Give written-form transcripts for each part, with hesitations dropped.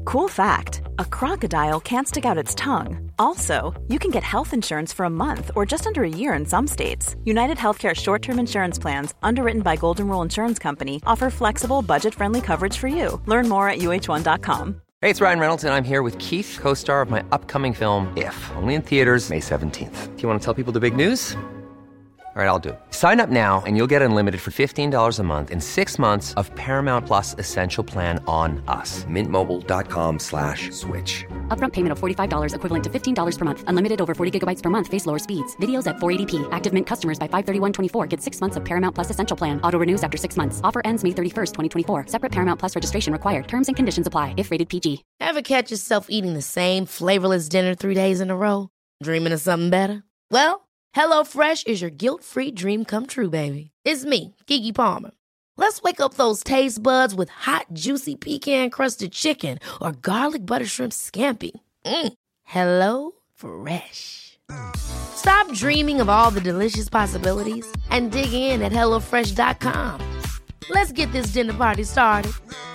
Cool fact, a crocodile can't stick out its tongue. Also, you can get health insurance for a month or just under a year in some states. United Healthcare short-term insurance plans, underwritten by Golden Rule Insurance Company, offer flexible, budget-friendly coverage for you. Learn more at uh1.com. Hey, it's Ryan Reynolds, and I'm here with Keith, co-star of my upcoming film, If, only in theaters May 17th. Do you want to tell people the big news? All right, I'll do it. Sign up now and you'll get unlimited for $15 a month and 6 months of Paramount Plus Essential Plan on us. MintMobile.com/switch. Upfront payment of $45 equivalent to $15 per month. Unlimited over 40 gigabytes per month. Face lower speeds. Videos at 480p. Active Mint customers by 531.24 get 6 months of Paramount Plus Essential Plan. Auto renews after 6 months. Offer ends May 31st, 2024. Separate Paramount Plus registration required. Terms and conditions apply if rated PG. Ever catch yourself eating the same flavorless dinner 3 days in a row? Dreaming of something better? Well, HelloFresh is your guilt-free dream come true, baby. It's me, Keke Palmer. Let's wake up those taste buds with hot, juicy pecan-crusted chicken or garlic butter shrimp scampi. Hello Fresh. Stop dreaming of all the delicious possibilities and dig in at HelloFresh.com. Let's get this dinner party started.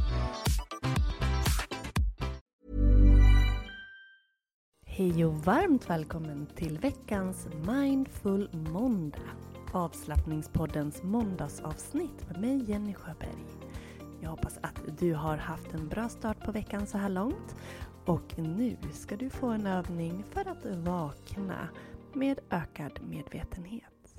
Hej och varmt välkommen till veckans Mindful Måndag. Avslappningspoddens måndagsavsnitt med mig Jenny Sjöberg. Jag hoppas att du har haft en bra start på veckan så här långt. Och nu ska du få en övning för att vakna med ökad medvetenhet.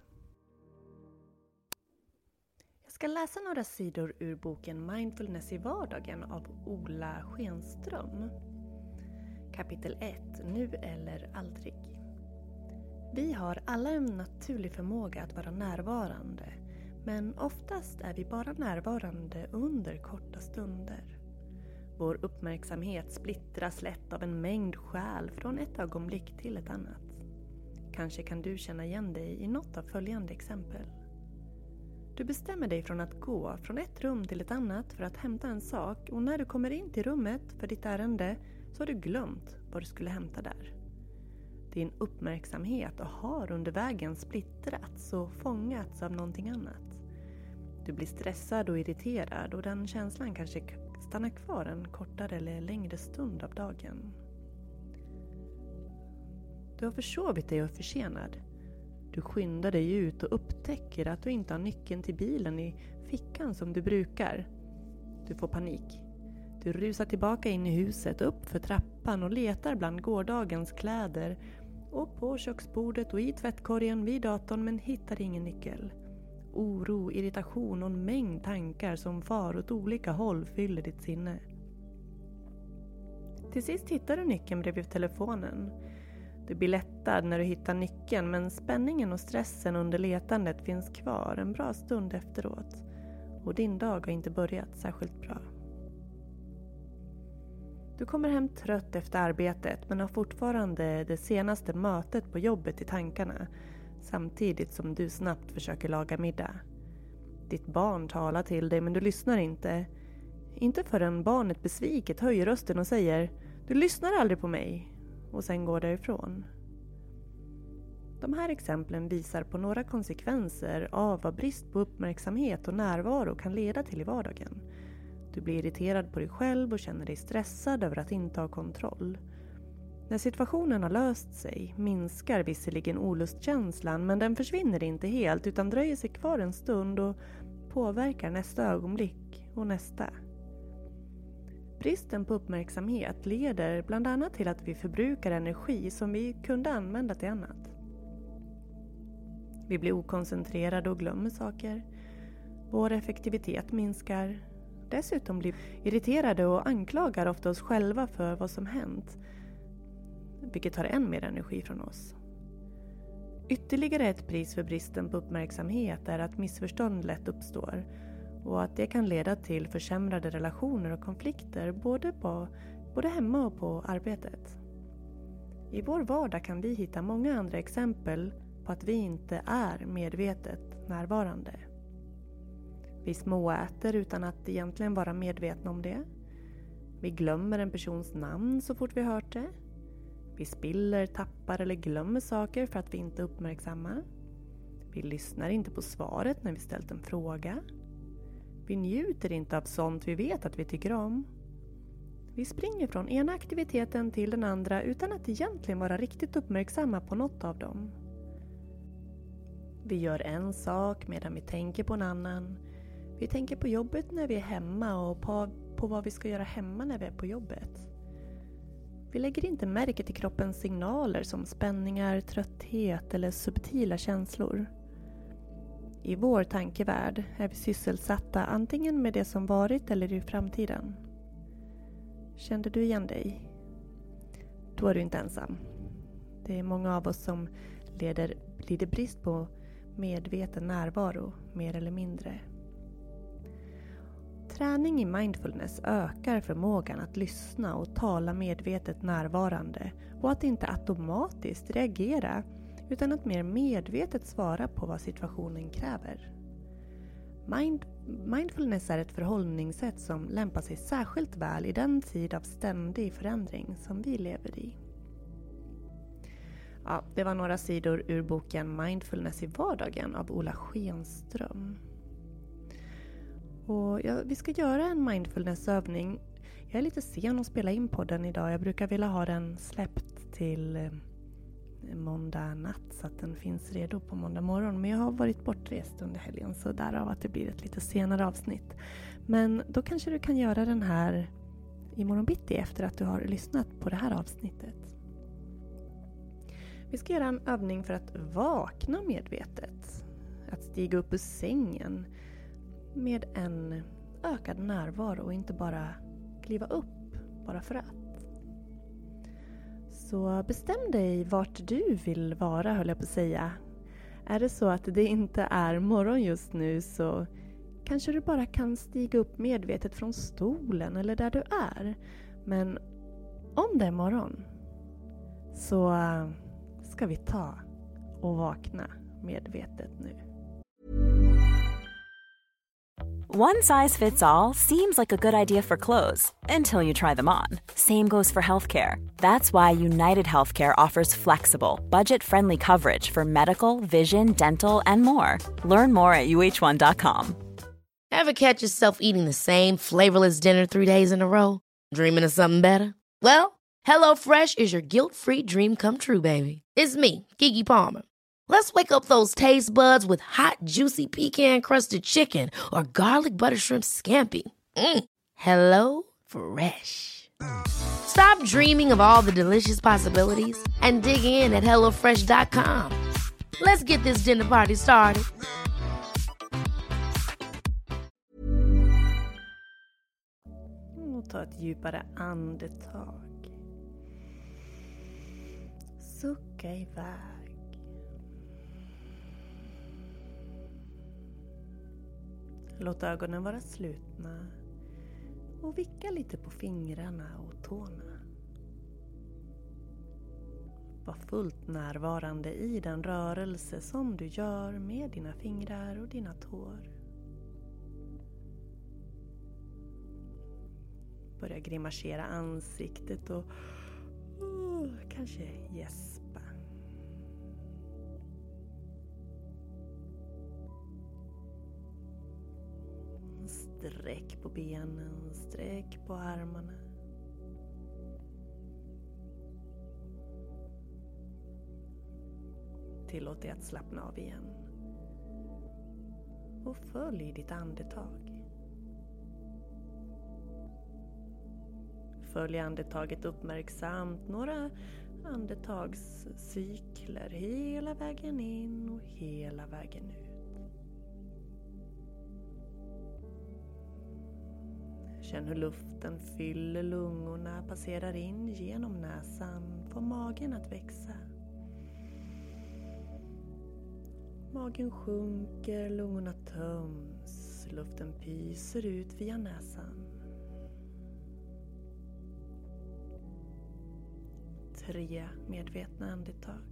Jag ska läsa några sidor ur boken Mindfulness i vardagen av Ola Schenström. Kapitel 1. Nu eller aldrig. Vi har alla en naturlig förmåga att vara närvarande, men oftast är vi bara närvarande under korta stunder. Vår uppmärksamhet splittras lätt av en mängd skäl från ett ögonblick till ett annat. Kanske kan du känna igen dig i något av följande exempel. Du bestämmer dig från att gå från ett rum till ett annat för att hämta en sak, och när du kommer in till rummet för ditt ärende så har du glömt vad du skulle hämta där. Din uppmärksamhet har under vägen splittrats och fångats av någonting annat. Du blir stressad och irriterad, och den känslan kanske stannar kvar en kortare eller längre stund av dagen. Du har försovit dig och är försenad. Du skyndar dig ut och upptäcker att du inte har nyckeln till bilen i fickan som du brukar. Du får panik. Du rusar tillbaka in i huset, upp för trappan och letar bland gårdagens kläder och på köksbordet och i tvättkorgen vid datorn, men hittar ingen nyckel. Oro, irritation och en mängd tankar som far åt olika håll fyller ditt sinne. Till sist hittar du nyckeln bredvid telefonen. Du blir lättad när du hittar nyckeln, men spänningen och stressen under letandet finns kvar en bra stund efteråt. Och din dag har inte börjat särskilt bra. Du kommer hem trött efter arbetet, men har fortfarande det senaste mötet på jobbet i tankarna, samtidigt som du snabbt försöker laga middag. Ditt barn talar till dig, men du lyssnar inte. Inte förrän barnet besviket höjer rösten och säger "Du lyssnar aldrig på mig", och sen går därifrån. De här exemplen visar på några konsekvenser av vad brist på uppmärksamhet och närvaro kan leda till i vardagen. Du blir irriterad på dig själv och känner dig stressad över att inte ha kontroll. När situationen har löst sig minskar visserligen olustkänslan, men den försvinner inte helt utan dröjer sig kvar en stund och påverkar nästa ögonblick och nästa. Bristen på uppmärksamhet leder bland annat till att vi förbrukar energi som vi kunde använda till annat. Vi blir okoncentrerade och glömmer saker. Vår effektivitet minskar. Dessutom blir vi irriterade och anklagar ofta oss själva för vad som hänt, vilket tar än mer energi från oss. Ytterligare ett pris för bristen på uppmärksamhet är att missförstånd lätt uppstår och att det kan leda till försämrade relationer och konflikter både hemma och på arbetet. I vår vardag kan vi hitta många andra exempel på att vi inte är medvetet närvarande. Vi småäter utan att egentligen vara medvetna om det. Vi glömmer en persons namn så fort vi hört det. Vi spiller, tappar eller glömmer saker för att vi inte är uppmärksamma. Vi lyssnar inte på svaret när vi ställt en fråga. Vi njuter inte av sånt vi vet att vi tycker om. Vi springer från ena aktiviteten till den andra utan att egentligen vara riktigt uppmärksamma på något av dem. Vi gör en sak medan vi tänker på en annan. Vi tänker på jobbet när vi är hemma och på vad vi ska göra hemma när vi är på jobbet. Vi lägger inte märke till kroppens signaler som spänningar, trötthet eller subtila känslor. I vår tankevärld är vi sysselsatta antingen med det som varit eller i framtiden. Kände du igen dig? Då är du inte ensam. Det är många av oss som lider brist på medveten närvaro, mer eller mindre. Träning i mindfulness ökar förmågan att lyssna och tala medvetet närvarande och att inte automatiskt reagera utan att mer medvetet svara på vad situationen kräver. Mindfulness är ett förhållningssätt som lämpar sig särskilt väl i den tid av ständig förändring som vi lever i. Ja, det var några sidor ur boken Mindfulness i vardagen av Ola Schenström. Och vi ska göra en mindfulnessövning. Jag är lite sen att spela in podden idag. Jag brukar vilja ha den släppt till måndag natt så att den finns redo på måndag morgon. Men jag har varit bortrest under helgen så därav att det blir ett lite senare avsnitt. Men då kanske du kan göra den här imorgon bitti efter att du har lyssnat på det här avsnittet. Vi ska göra en övning för att vakna medvetet. Att stiga upp ur sängen med en ökad närvaro och inte bara kliva upp bara för att. Så bestäm dig vart du vill vara, höll jag på att säga. Är det så att det inte är morgon just nu så kanske du bara kan stiga upp medvetet från stolen eller där du är. Men om det är morgon så ska vi ta och vakna medvetet nu. One size fits all seems like a good idea for clothes until you try them on. Same goes for healthcare. That's why United Healthcare offers flexible, budget-friendly coverage for medical, vision, dental, and more. Learn more at uh1.com. Ever catch yourself eating the same flavorless dinner 3 days in a row? Dreaming of something better? Well, HelloFresh is your guilt-free dream come true, baby. It's me, Keke Palmer. Let's wake up those taste buds with hot, juicy pecan-crusted chicken or garlic butter shrimp scampi. Hello Fresh. Stop dreaming of all the delicious possibilities and dig in at HelloFresh.com. Let's get this dinner party started. Och ta ett djupare andetag. Sucka iväg. Låt ögonen vara slutna och vicka lite på fingrarna och tårna. Var fullt närvarande i den rörelse som du gör med dina fingrar och dina tår. Börja grimasera ansiktet och kanske gäspa. Sträck på benen, sträck på armarna. Tillåt dig att slappna av igen. Och följ ditt andetag. Följ andetaget uppmärksamt några andetagscykler hela vägen in och hela vägen ut. Känn hur luften fyller lungorna, passerar in genom näsan, får magen att växa. Magen sjunker, lungorna töms, luften pyser ut via näsan. 3 medvetna andetag.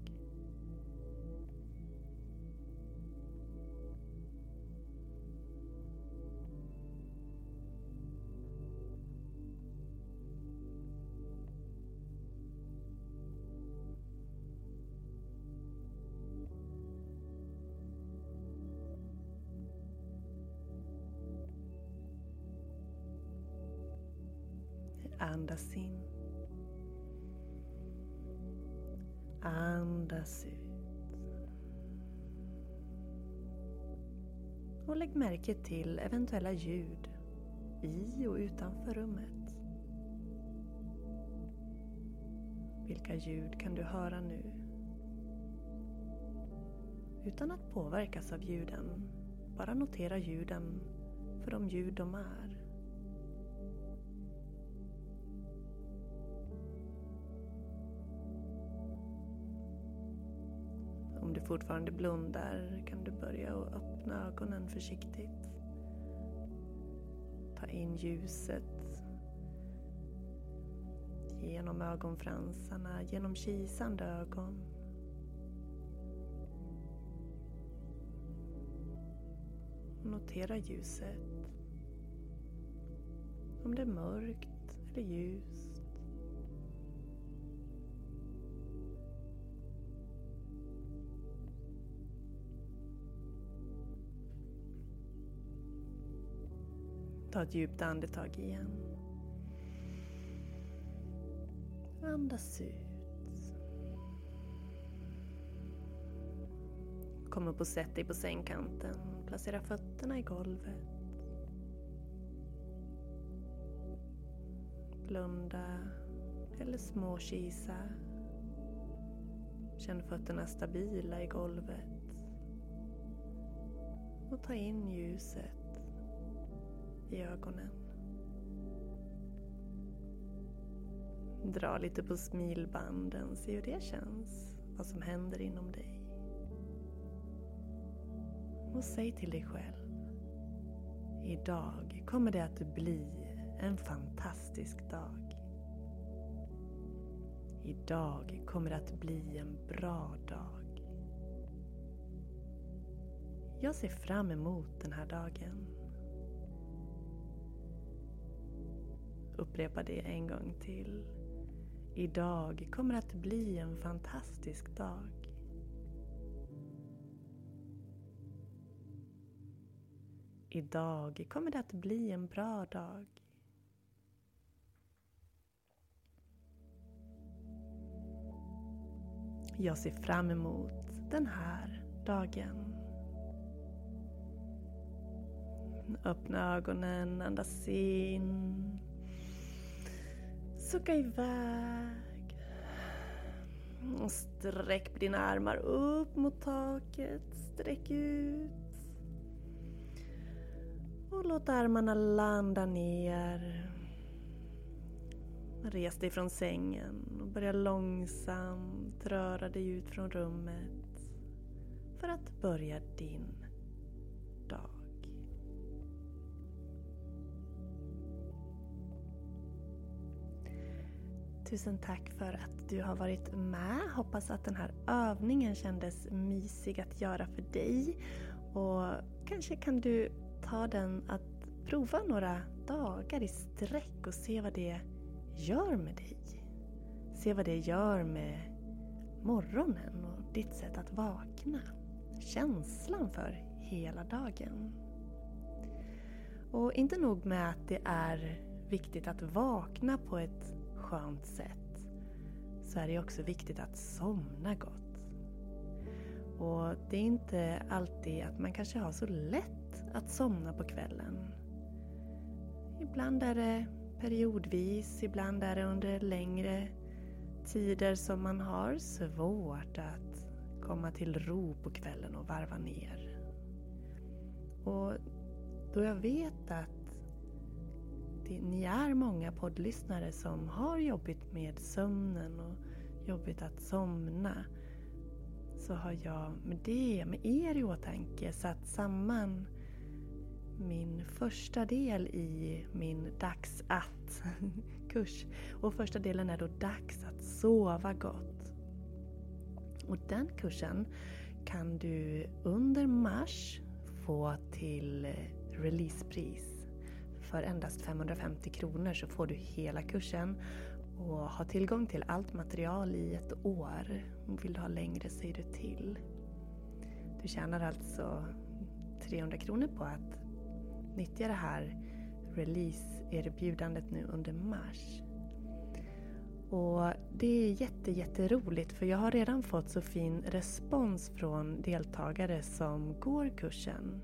Andas in. Andas ut. Och lägg märke till eventuella ljud i och utanför rummet. Vilka ljud kan du höra nu? Utan att påverkas av ljuden, bara notera ljuden för de ljud de är. Om du fortfarande blundar kan du börja att öppna ögonen försiktigt. Ta in ljuset genom ögonfransarna, genom kisande ögon. Notera ljuset. Om det är mörkt eller ljust. Ta ett djupt andetag igen. Andas ut. Kom upp och sätt dig på sängkanten. Placera fötterna i golvet. Blunda eller småkisa. Känn fötterna stabila i golvet. Och ta in ljuset i ögonen. Dra lite på smilbanden, se hur det känns, vad som händer inom dig. Och säg till dig själv: idag kommer det att bli en fantastisk dag. Idag kommer det att bli en bra dag. Jag ser fram emot den här dagen. Upprepa det en gång till. Idag kommer att bli en fantastisk dag. Idag kommer det att bli en bra dag. Jag ser fram emot den här dagen. Öppna ögonen, andas in. Sucka iväg. Och sträck på dina armar upp mot taket. Sträck ut. Och låt armarna landa ner. Res dig från sängen och börja långsamt röra dig ut från rummet. För att börja din dag. Tusen tack för att du har varit med. Hoppas att den här övningen kändes mysig att göra för dig. Och kanske kan du ta den att prova några dagar i sträck och se vad det gör med dig. Se vad det gör med morgonen och ditt sätt att vakna. Känslan för hela dagen. Och inte nog med att det är viktigt att vakna på ett skönt sätt, så är det också viktigt att somna gott. Och det är inte alltid att man kanske har så lätt att somna på kvällen. Ibland är det periodvis, ibland är det under längre tider som man har svårt att komma till ro på kvällen och varva ner. Och då jag vet att ni är många poddlyssnare som har jobbigt med sömnen och jobbigt att somna, så har jag med er i åtanke satt samman min första del i min Dags att-kurs. Och första delen är då Dags att sova gott. Och den kursen kan du under mars få till releasepris. För endast 550 kronor så får du hela kursen och har tillgång till allt material i ett år. Vill du ha längre säger du till. Du tjänar alltså 300 kronor på att nyttja det här release-erbjudandet nu under mars. Och det är jätteroligt för jag har redan fått så fin respons från deltagare som går kursen.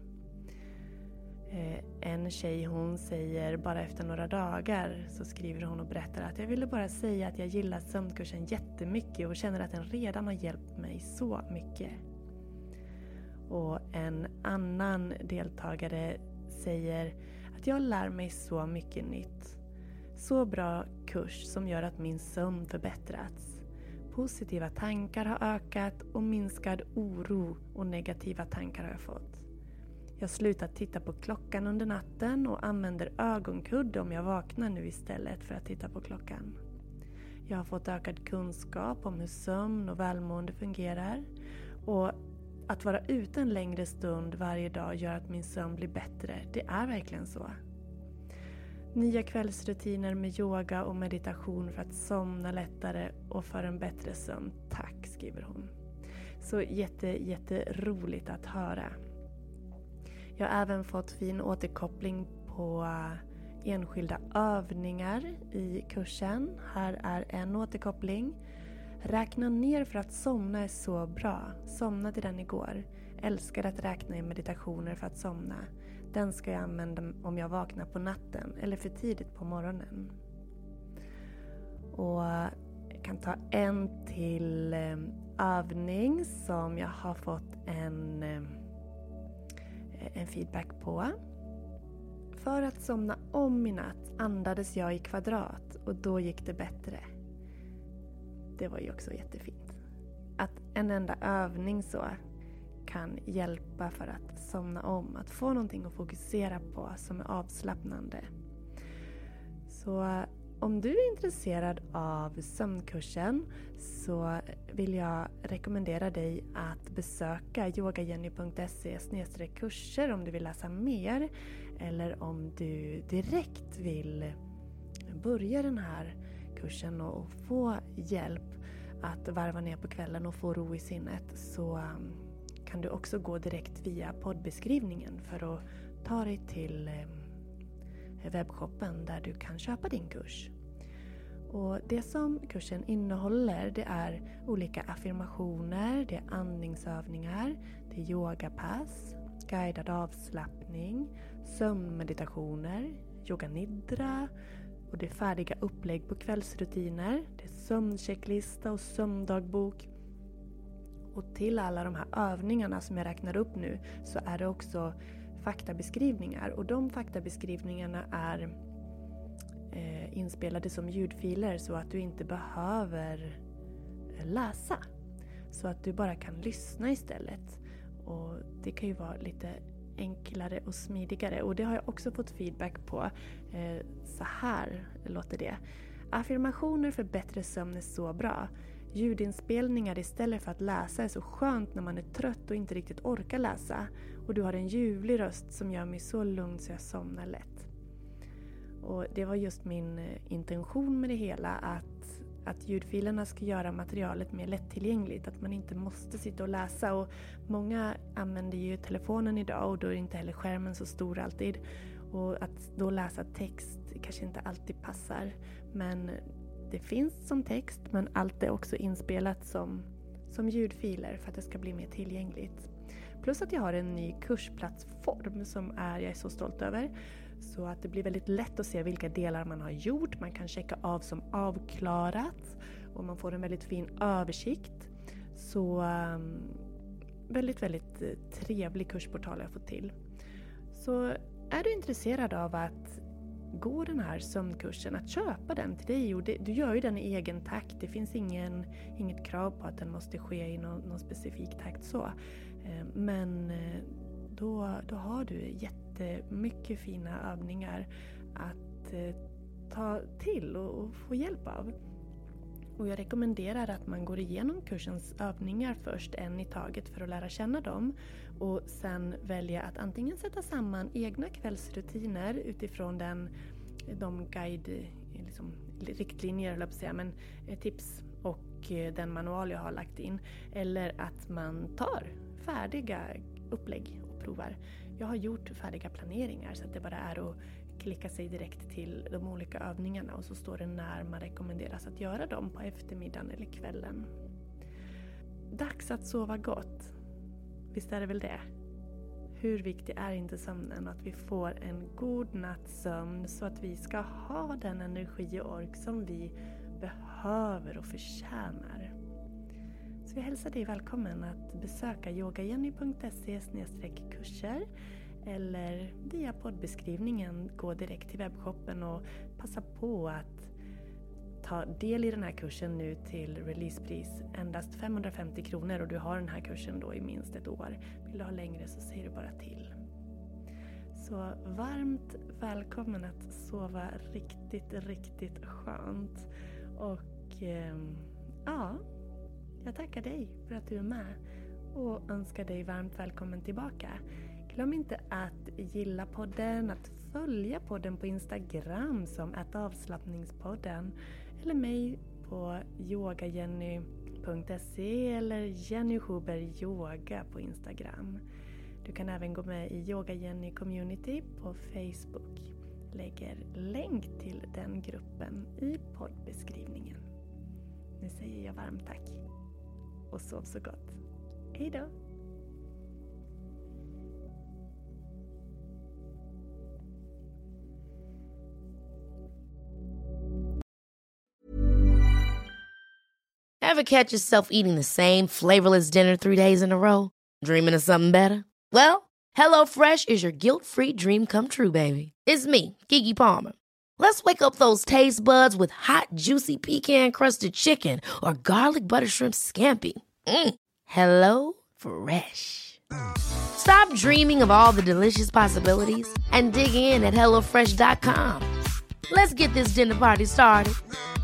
En tjej, hon säger bara efter några dagar så skriver hon och berättar att jag ville bara säga att jag gillar sömnkursen jättemycket och känner att den redan har hjälpt mig så mycket. Och en annan deltagare säger att jag lär mig så mycket nytt. Så bra kurs som gör att min sömn förbättrats. Positiva tankar har ökat och minskad oro och negativa tankar har jag fått. Jag har slutat titta på klockan under natten och använder ögonkudde om jag vaknar nu istället för att titta på klockan. Jag har fått ökad kunskap om hur sömn och välmående fungerar. Och att vara ute en längre stund varje dag gör att min sömn blir bättre. Det är verkligen så. Nya kvällsrutiner med yoga och meditation för att somna lättare och för en bättre sömn. Tack, skriver hon. Så jätteroligt att höra. Jag har även fått fin återkoppling på enskilda övningar i kursen. Här är en återkoppling. Räkna ner för att somna är så bra. Somna till den igår. Älskar att räkna i meditationer för att somna. Den ska jag använda om jag vaknar på natten eller för tidigt på morgonen. Och jag kan ta en till övning som jag har fått en feedback på. För att somna om i natt andades jag i kvadrat och då gick det bättre. Det var ju också jättefint. Att en enda övning så kan hjälpa för att somna om. Att få någonting att fokusera på som är avslappnande. Så om du är intresserad av sömnkursen så vill jag rekommendera dig att besöka yogajenny.se/kurser om du vill läsa mer. Eller om du direkt vill börja den här kursen och få hjälp att varva ner på kvällen och få ro i sinnet, så kan du också gå direkt via poddbeskrivningen för att ta dig till webbshoppen där du kan köpa din kurs. Och det som kursen innehåller, det är olika affirmationer, det är andningsövningar, det är yogapass, guidad avslappning, sömnmeditationer, yoga nidra, och det är färdiga upplägg på kvällsrutiner, det är sömnchecklista och sömndagbok. Och till alla de här övningarna som jag räknar upp nu så är det också faktabeskrivningar. Och de faktabeskrivningarna är inspelade som ljudfiler så att du inte behöver läsa. Så att du bara kan lyssna istället. Och det kan ju vara lite enklare och smidigare. Och det har jag också fått feedback på. Så här låter det. Affirmationer för bättre sömn är så bra. Ljudinspelningar istället för att läsa är så skönt när man är trött och inte riktigt orkar läsa. Och du har en ljuvlig röst som gör mig så lugn så jag somnar lätt. Och det var just min intention med det hela, att ljudfilerna ska göra materialet mer lättillgängligt. Att man inte måste sitta och läsa. Och många använder ju telefonen idag och då är inte heller skärmen så stor alltid. Och att då läsa text kanske inte alltid passar. Men det finns som text, men allt är också inspelat som ljudfiler för att det ska bli mer tillgängligt. Plus att jag har en ny kursplattform som jag är så stolt över. Så att det blir väldigt lätt att se vilka delar man har gjort. Man kan checka av som avklarat. Och man får en väldigt fin översikt. Så väldigt trevlig kursportal jag fått till. Så är du intresserad av att gå den här sömnkursen, att köpa den till dig, och du gör ju den i egen takt. Det finns inget krav på att den måste ske i någon specifik takt så. Men då har du jättemycket fina övningar att ta till och få hjälp av. Och jag rekommenderar att man går igenom kursens övningar först, en i taget, för att lära känna dem. Och sen välja att antingen sätta samman egna kvällsrutiner utifrån de riktlinjer, eller säga, men tips och den manual jag har lagt in. Eller att man tar färdiga upplägg och provar. Jag har gjort färdiga planeringar så att det bara är att klicka sig direkt till de olika övningarna och så står det när man rekommenderas att göra dem på eftermiddagen eller kvällen. Dags att sova gott. Visst är det väl det? Hur viktig är inte sömnen, att vi får en god nattsömn så att vi ska ha den energi och ork som vi behöver och förtjänar. Så jag hälsar dig välkommen att besöka yogajenny.se/kurser eller via poddbeskrivningen gå direkt till webbshoppen och passa på att ta del i den här kursen nu till releasepris endast 550 kronor och du har den här kursen då i minst ett år. Vill du ha längre så säger du bara till. Så varmt välkommen att sova riktigt skönt. Och jag tackar dig för att du är med och önskar dig varmt välkommen tillbaka. Glöm inte att gilla podden, att följa podden på Instagram som @avslappningspodden eller mig på yogajenny.se eller Jenny Schuber Yoga på Instagram. Du kan även gå med i Yoga Jenny Community på Facebook. Lägger länk till den gruppen i poddbeskrivningen. Nu säger jag varmt tack och sov så gott. Hej då! Ever catch yourself eating the same flavorless dinner 3 days in a row? Dreaming of something better? Well, HelloFresh is your guilt-free dream come true, baby. It's me, Keke Palmer. Let's wake up those taste buds with hot, juicy pecan-crusted chicken or garlic butter shrimp scampi. Hello Fresh. Stop dreaming of all the delicious possibilities and dig in at HelloFresh.com. Let's get this dinner party started.